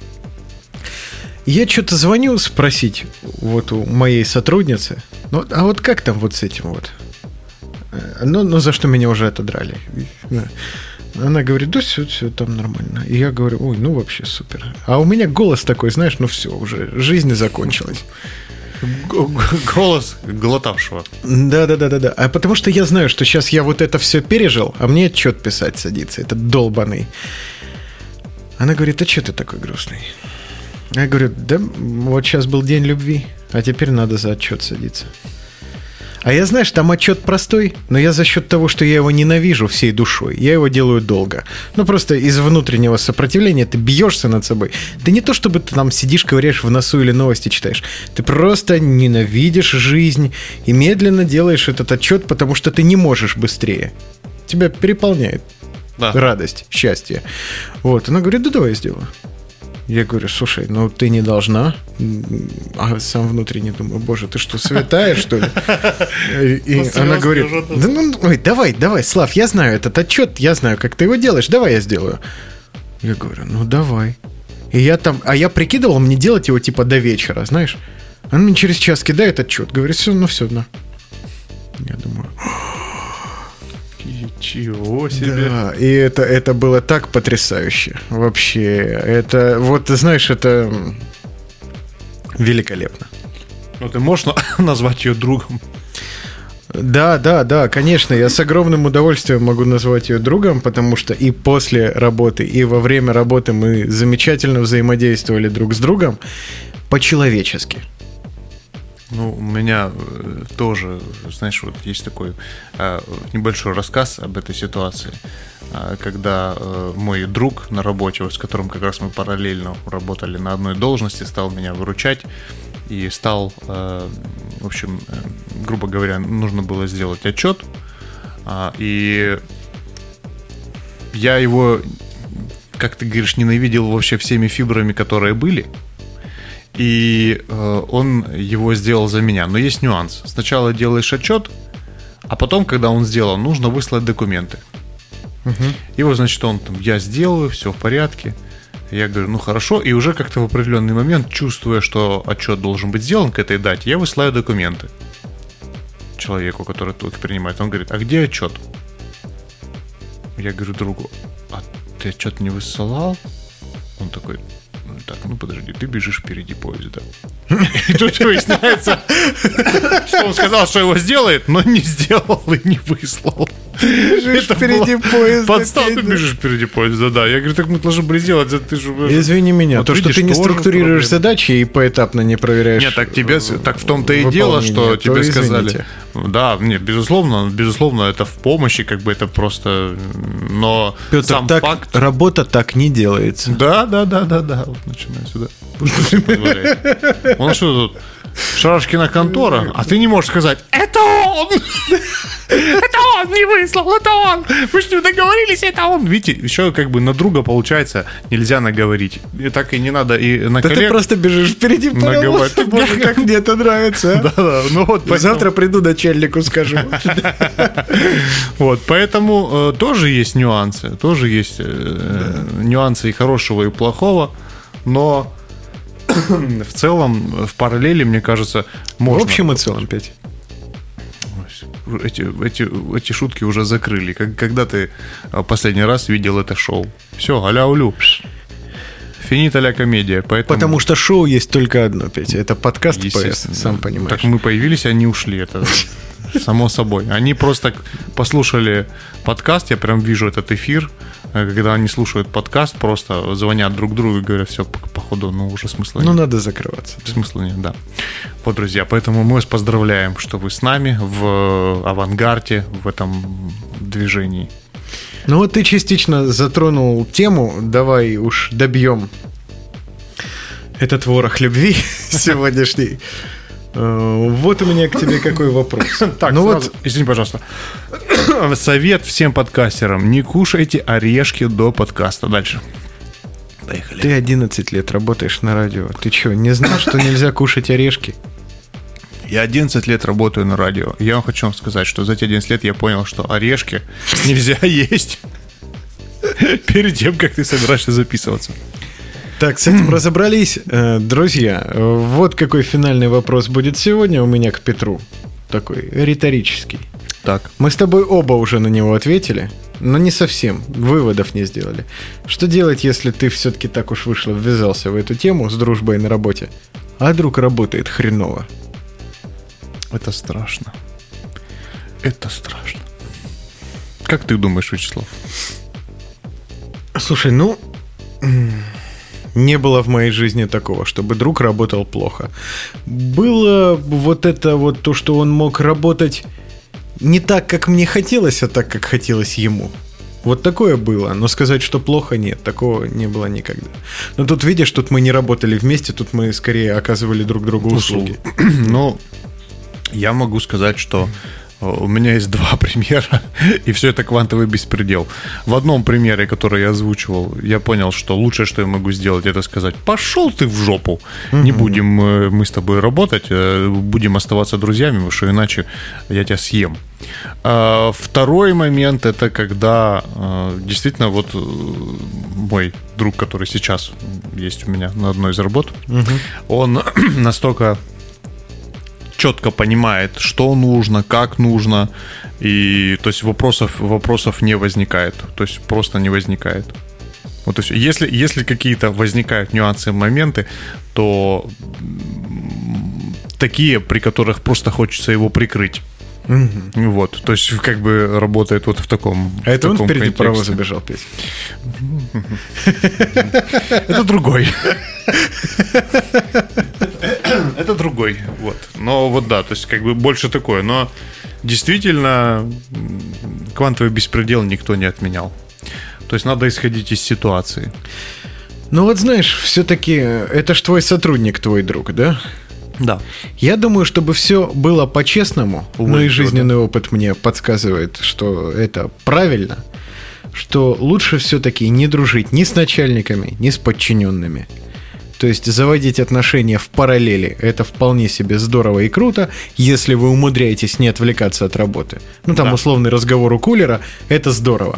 Я что-то звоню спросить вот у моей сотрудницы. Ну, а вот как там вот с этим вот? Ну, ну за что меня уже отодрали? Она говорит, да все, все там нормально. И я говорю, ой, ну вообще супер. А у меня голос такой, знаешь, ну все, уже жизнь закончилась. Голос глотавшего. Да-да-да-да-да. А потому что я знаю, что сейчас я вот это все пережил, а мне отчет писать садится, этот долбаный. Она говорит, а что ты такой грустный? Я говорю, да вот сейчас был день любви, а теперь надо за отчет садиться. А я, знаешь, там отчет простой, но я за счет того, что я его ненавижу всей душой, я его делаю долго. Ну, просто из внутреннего сопротивления ты бьешься над собой. Ты не то, чтобы ты там сидишь, ковыряешь в носу или новости читаешь. Ты просто ненавидишь жизнь и медленно делаешь этот отчет, потому что ты не можешь быстрее. Тебя переполняет да. радость, счастье. Вот, она говорит, да давай я сделаю. Я говорю, слушай, ну ты не должна. А сам внутренне думаю, боже, ты что, святая, что ли? И она говорит, да ну, ой, давай, давай, Слав, я знаю этот отчет, я знаю, как ты его делаешь, давай я сделаю. Я говорю, ну давай. И я там, а я прикидывал мне делать его типа до вечера, знаешь. Она мне через час кидает отчет, говорит, все, ну все, на. Я думаю... Чего себе. Да, и это, это было так потрясающе. Вообще, это, вот, знаешь, это великолепно. Ну, ты можешь назвать ее другом? Да, да, да, конечно, я с огромным удовольствием могу назвать ее другом, потому что и после работы, и во время работы мы замечательно взаимодействовали друг с другом по-человечески. Ну, у меня тоже, знаешь, вот есть такой э, небольшой рассказ об этой ситуации, э, когда э, мой друг на работе, вот, с которым как раз мы параллельно работали на одной должности, стал меня выручать и стал, э, в общем, э, грубо говоря, нужно было сделать отчет, э, и я его, как ты говоришь, ненавидел вообще всеми фибрами, которые были. И э, он его сделал за меня. Но есть нюанс. Сначала делаешь отчет, а потом, когда он сделал, нужно выслать документы. Угу. И вот, значит, он там, я сделаю, все в порядке. Я говорю, ну хорошо. И уже как-то в определенный момент, чувствуя, что отчет должен быть сделан к этой дате, я высылаю документы человеку, который тут принимает. Он говорит, а где отчет? Я говорю другу, а ты отчет не высылал? Он такой... Так, ну подожди, ты бежишь впереди поезда. И тут выясняется, что он сказал, что его сделает, но не сделал и не выслал. Бежишь впереди поезда. Подстав, ты бежишь впереди поезда, да. Я говорю, так мы должны были сделать. Ты же... Извини меня, то, что ты не структурируешь задачи и поэтапно не проверяешь. Нет, так тебе, так в том-то и дело, что тебе сказали. Да, нет, безусловно, безусловно, это в помощи, как бы это просто, но Петр, сам так, факт... Работа так не делается. Да, да, да, да, да, вот начинаю сюда. Он что тут? Шарашкина контора, а ты не можешь сказать, это он! Это он не выслал, это он! Мы что, договорились, это он! Видите, еще как бы на друга, получается, нельзя наговорить. И так и не надо и на коллег... Да ты просто бежишь впереди, наговорить. Боже, как мне это нравится. Да, да, ну вот. Завтра приду начальнику скажу. Вот, поэтому тоже есть нюансы, тоже есть нюансы и хорошего, и плохого, но в целом, в параллели, мне кажется, можно... В общем и целом, Петь. Эти, эти, эти шутки уже закрыли. Как, когда ты последний раз видел это шоу? Все, аля-улю. Финит а-ля комедия. Поэтому... Потому что шоу есть только одно, Петя. Это подкаст ПС, сам понимаешь. Так мы появились, они ушли. Это само собой. Они просто послушали подкаст, я прям вижу этот эфир. Когда они слушают подкаст, просто звонят друг другу и говорят, все, походу, ну уже смысла нет. Ну, надо закрываться. Смысла нет, да. Вот, друзья, поэтому мы вас поздравляем, что вы с нами в авангарде, в этом движении. Ну вот ты частично затронул тему, давай уж добьем этот ворох любви сегодняшний. Вот у меня к тебе какой вопрос. Так, ну сразу, вот... извини, пожалуйста. Совет всем подкастерам: не кушайте орешки до подкаста. Дальше. Поехали. Ты одиннадцать лет работаешь на радио. Ты что, не знал, что нельзя кушать орешки? Я одиннадцать лет работаю на радио. Я вам хочу вам сказать, что за эти одиннадцать лет я понял, что орешки нельзя есть перед тем, как ты собираешься записываться. Так, с этим разобрались. Друзья, вот какой финальный вопрос будет сегодня у меня к Петру. Такой риторический. Так. Мы с тобой оба уже на него ответили, но не совсем, выводов не сделали. Что делать, если ты все-таки так уж вышло, ввязался в эту тему с дружбой на работе, а друг работает хреново? Это страшно. Это страшно. Как ты думаешь, Вячеслав? Слушай, ну... Не было в моей жизни такого, чтобы друг работал плохо. Было вот это вот то, что он мог работать не так, как мне хотелось, а так, как хотелось ему. Вот такое было, но сказать, что плохо, нет, такого не было никогда. Но тут, видишь, тут мы не работали вместе, тут мы скорее оказывали друг другу услуги. Ну, я могу сказать, что у меня есть два примера, и все это квантовый беспредел. В одном примере, который я озвучивал, я понял, что лучшее, что я могу сделать, это сказать: пошел ты в жопу, mm-hmm. не будем мы с тобой работать, будем оставаться друзьями, потому что иначе я тебя съем. А второй момент, это когда действительно вот мой друг, который сейчас есть у меня на одной из работ, mm-hmm. он настолько... четко понимает, что нужно, как нужно, и то есть вопросов, вопросов не возникает, то есть просто не возникает. Вот, то есть если, если какие-то возникают нюансы, моменты, то такие, при которых просто хочется его прикрыть. Угу. Вот, то есть как бы работает вот в таком. А это он впереди право забежал петь. Это другой. Это другой, вот. Но вот да, то есть как бы больше такое. Но действительно квантовый беспредел никто не отменял. То есть надо исходить из ситуации. Ну вот знаешь, все-таки это ж твой сотрудник, твой друг, да? Да. Я думаю, чтобы все было по-честному, Увы, ну и жизненный да. опыт мне подсказывает, что это правильно, что лучше все-таки не дружить ни с начальниками, ни с подчиненными. То есть заводить отношения в параллели – это вполне себе здорово и круто, если вы умудряетесь не отвлекаться от работы. Ну там да. условный разговор у кулера – это здорово.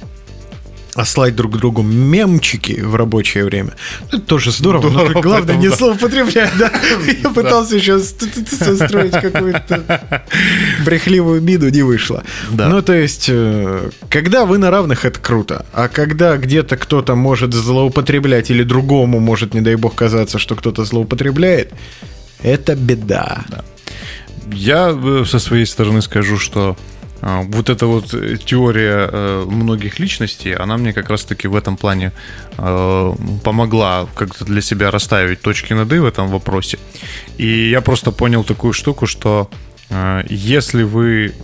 А слать друг другу мемчики в рабочее время – это тоже здорово, здорово, но главное не да. злоупотреблять. Да? Я пытался сейчас состроить какую-то брехливую мину, не вышло. Да. Ну, то есть, когда вы на равных – это круто, а когда где-то кто-то может злоупотреблять или другому может, не дай бог, казаться, что кто-то злоупотребляет, это беда. Да. Я со своей стороны скажу, что вот эта вот теория э, многих личностей, она мне как раз-таки в этом плане э, помогла как-то для себя расставить точки над «и» в этом вопросе. И я просто понял такую штуку, что э, если вы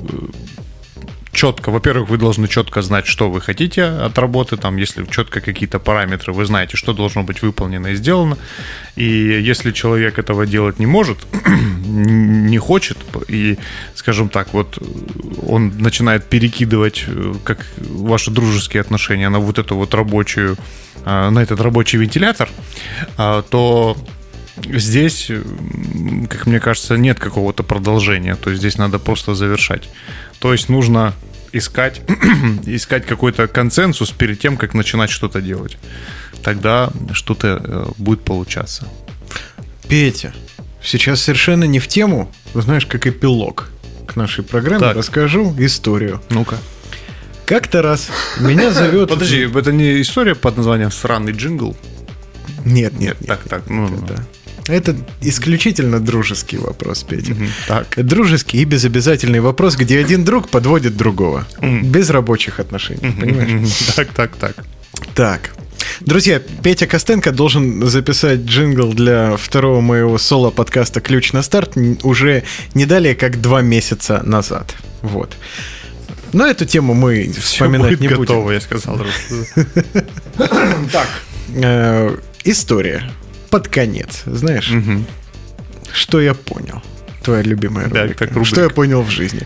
четко, во-первых, вы должны четко знать, что вы хотите от работы, там, если четко какие-то параметры, вы знаете, что должно быть выполнено и сделано. И если человек этого делать не может, не хочет, и, скажем так, вот он начинает перекидывать как ваши дружеские отношения на вот эту вот рабочую, на этот рабочий вентилятор, то здесь, как мне кажется, нет какого-то продолжения. То есть здесь надо просто завершать. То есть нужно искать, искать какой-то консенсус перед тем, как начинать что-то делать. Тогда что-то будет получаться. Петя, сейчас совершенно не в тему, знаешь, как эпилог к нашей программе, так. Расскажу историю. Ну-ка. Как-то раз меня зовет... Подожди, это не история под названием «Сраный джингл»? Нет, нет, нет. Так, так, ну... Это, да. Это исключительно дружеский вопрос, Петя. Mm-hmm. Так. Дружеский и безобязательный вопрос, где один друг подводит другого. Mm-hmm. Без рабочих отношений, mm-hmm. понимаешь? Mm-hmm. Так, так, так. Так. Друзья, Петя Костенко должен записать джингл для второго моего соло-подкаста «Ключ на старт» уже не далее, как два месяца назад. Вот. Но эту тему мы все вспоминать будет не будем. Готово, я сказал. Так. История. Под конец. Знаешь, что я понял? твоя любимая Да, рубрика. как рубрика. Что я понял в жизни?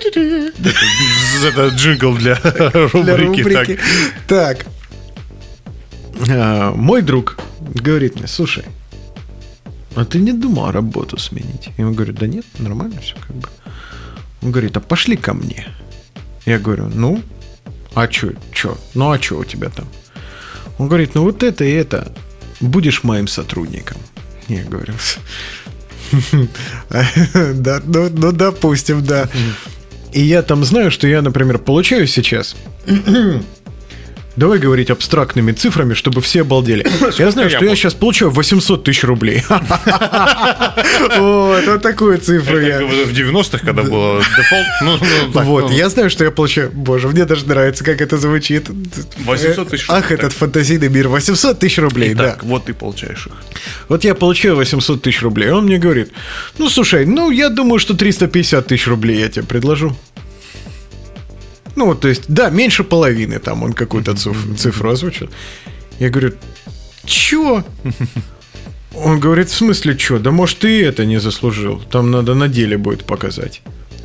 Это джингл для Для рубрики. рубрики. Так. А, Мой друг говорит мне: слушай, а ты не думал работу сменить? Я ему говорю: да нет, нормально все как бы. Он говорит: а пошли ко мне. Я говорю: ну, а чё, чё? Ну, а чё у тебя там? Он говорит: ну, вот это и это. Будешь моим сотрудником. Я говорю: да, ну, ну, допустим, да. И я там знаю, что я, например, получаю сейчас... Давай говорить абстрактными цифрами, чтобы все обалдели. Я знаю, что я сейчас получаю восемьсот тысяч рублей. Вот, вот такую цифру я... В девяностых, когда было дефолт. Вот, я знаю, что я получаю... Боже, мне даже нравится, как это звучит. восемьсот тысяч. Ах, этот фантазийный мир. восемьсот тысяч рублей, да. Так, вот ты получаешь их. Вот я получаю восемьсот тысяч рублей. Он мне говорит: ну, слушай, ну, я думаю, что триста пятьдесят тысяч рублей я тебе предложу. Ну, вот, то есть, да, меньше половины, там он какую-то цифру, цифру озвучил. Я говорю: чё? Он говорит: в смысле чё? Да может, ты это не заслужил. Там надо на деле будет показать.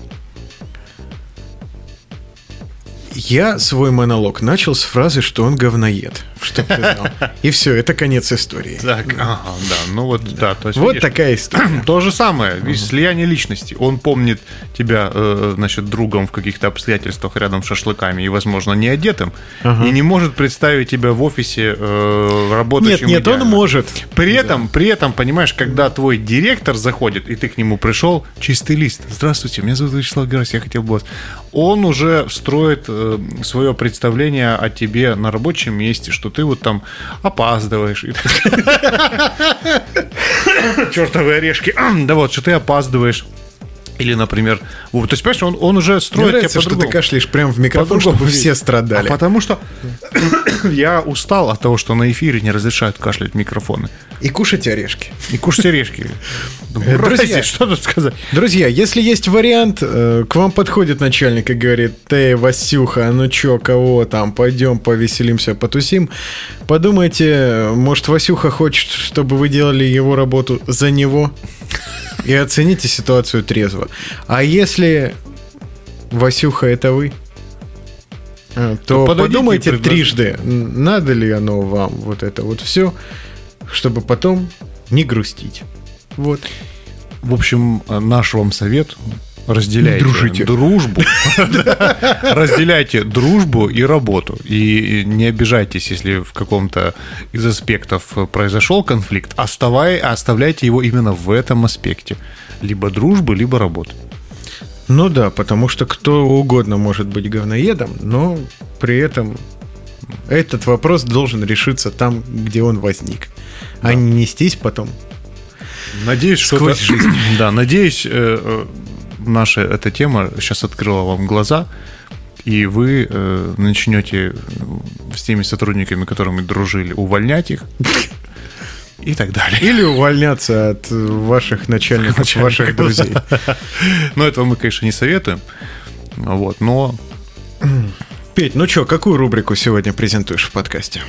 Я свой монолог начал с фразы, что он говноед, чтоб ты знал. И все, это конец истории. Так, ага, да, ну вот, да. То есть, Вот видишь, такая история. то же самое, видишь, слияние личности. Он помнит тебя, э, значит, другом в каких-то обстоятельствах рядом с шашлыками и, возможно, не одетым, Ага. и не может представить тебя в офисе э, Нет, работающим нет, он идеально. может. При этом, при этом, понимаешь, когда твой директор заходит, и ты к нему пришел, чистый лист: здравствуйте, меня зовут Вячеслав Герасимов, я хотел бы вас... Он уже строит э, свое представление о тебе на рабочем месте, что ты вот там опаздываешь. Чертовы орешки. Да вот, что ты опаздываешь. Или, например, вот, то есть, понимаешь, он, он уже Мне строит тебя нравится, что ты по-другому. кашляешь прямо в микрофон, По-другому чтобы видишь. все страдали. А потому что я устал от того, что на эфире не разрешают кашлять микрофоны. И кушать орешки. И кушать орешки. Друзья. Друзья, что тут сказать? Друзья, если есть вариант, э, к вам подходит начальник и говорит: ты, Васюха, ну чё, кого там, пойдем повеселимся, потусим. Подумайте, может, Васюха хочет, чтобы вы делали его работу за него, и оцените ситуацию трезво. А если Васюха это вы, э, то, То подойдите и подумайте предложите. трижды, н- надо ли оно вам вот это вот все, чтобы потом не грустить. Вот. В общем, наш вам совет: разделяйте Дружите. дружбу. Разделяйте дружбу и работу. И не обижайтесь, если в каком-то из аспектов произошел конфликт. Оставай, оставляйте его именно в этом аспекте. Либо дружбы, либо работы. Ну да, потому что кто угодно может быть говноедом, но при этом этот вопрос должен решиться там, где он возник, а не нестись потом. Надеюсь, что Сквозь это- жизнь. Да, надеюсь, э, э, наша эта тема сейчас открыла вам глаза, и вы э, начнете с теми сотрудниками, которыми дружили, увольнять их и так далее. Или увольняться от ваших начальников, ваших друзей. Но этого мы, конечно, не советуем. Вот, но Петь, ну что, какую рубрику сегодня презентуешь в подкасте?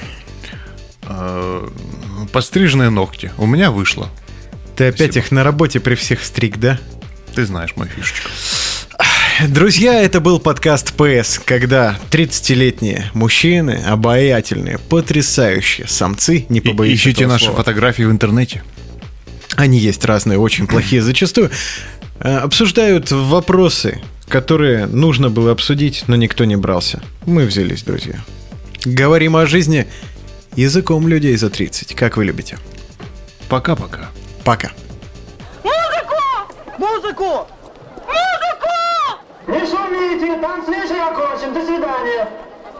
э, подстриженные ногти у меня вышло. Ты опять Спасибо. их на работе при всех стриг, да? Ты знаешь мою фишечку. Друзья, это был подкаст ПС, когда тридцатилетние мужчины, обаятельные, потрясающие самцы, не И- побоюсь Ищите этого наши слова. фотографии в интернете. Они есть разные, очень плохие зачастую. Э, Обсуждают вопросы, которые нужно было обсудить, но никто не брался. Мы взялись, друзья. Говорим о жизни языком людей за тридцать, как вы любите. Пока-пока. Пока. Музыку! Не шумите, танцуешь окончен, до свидания.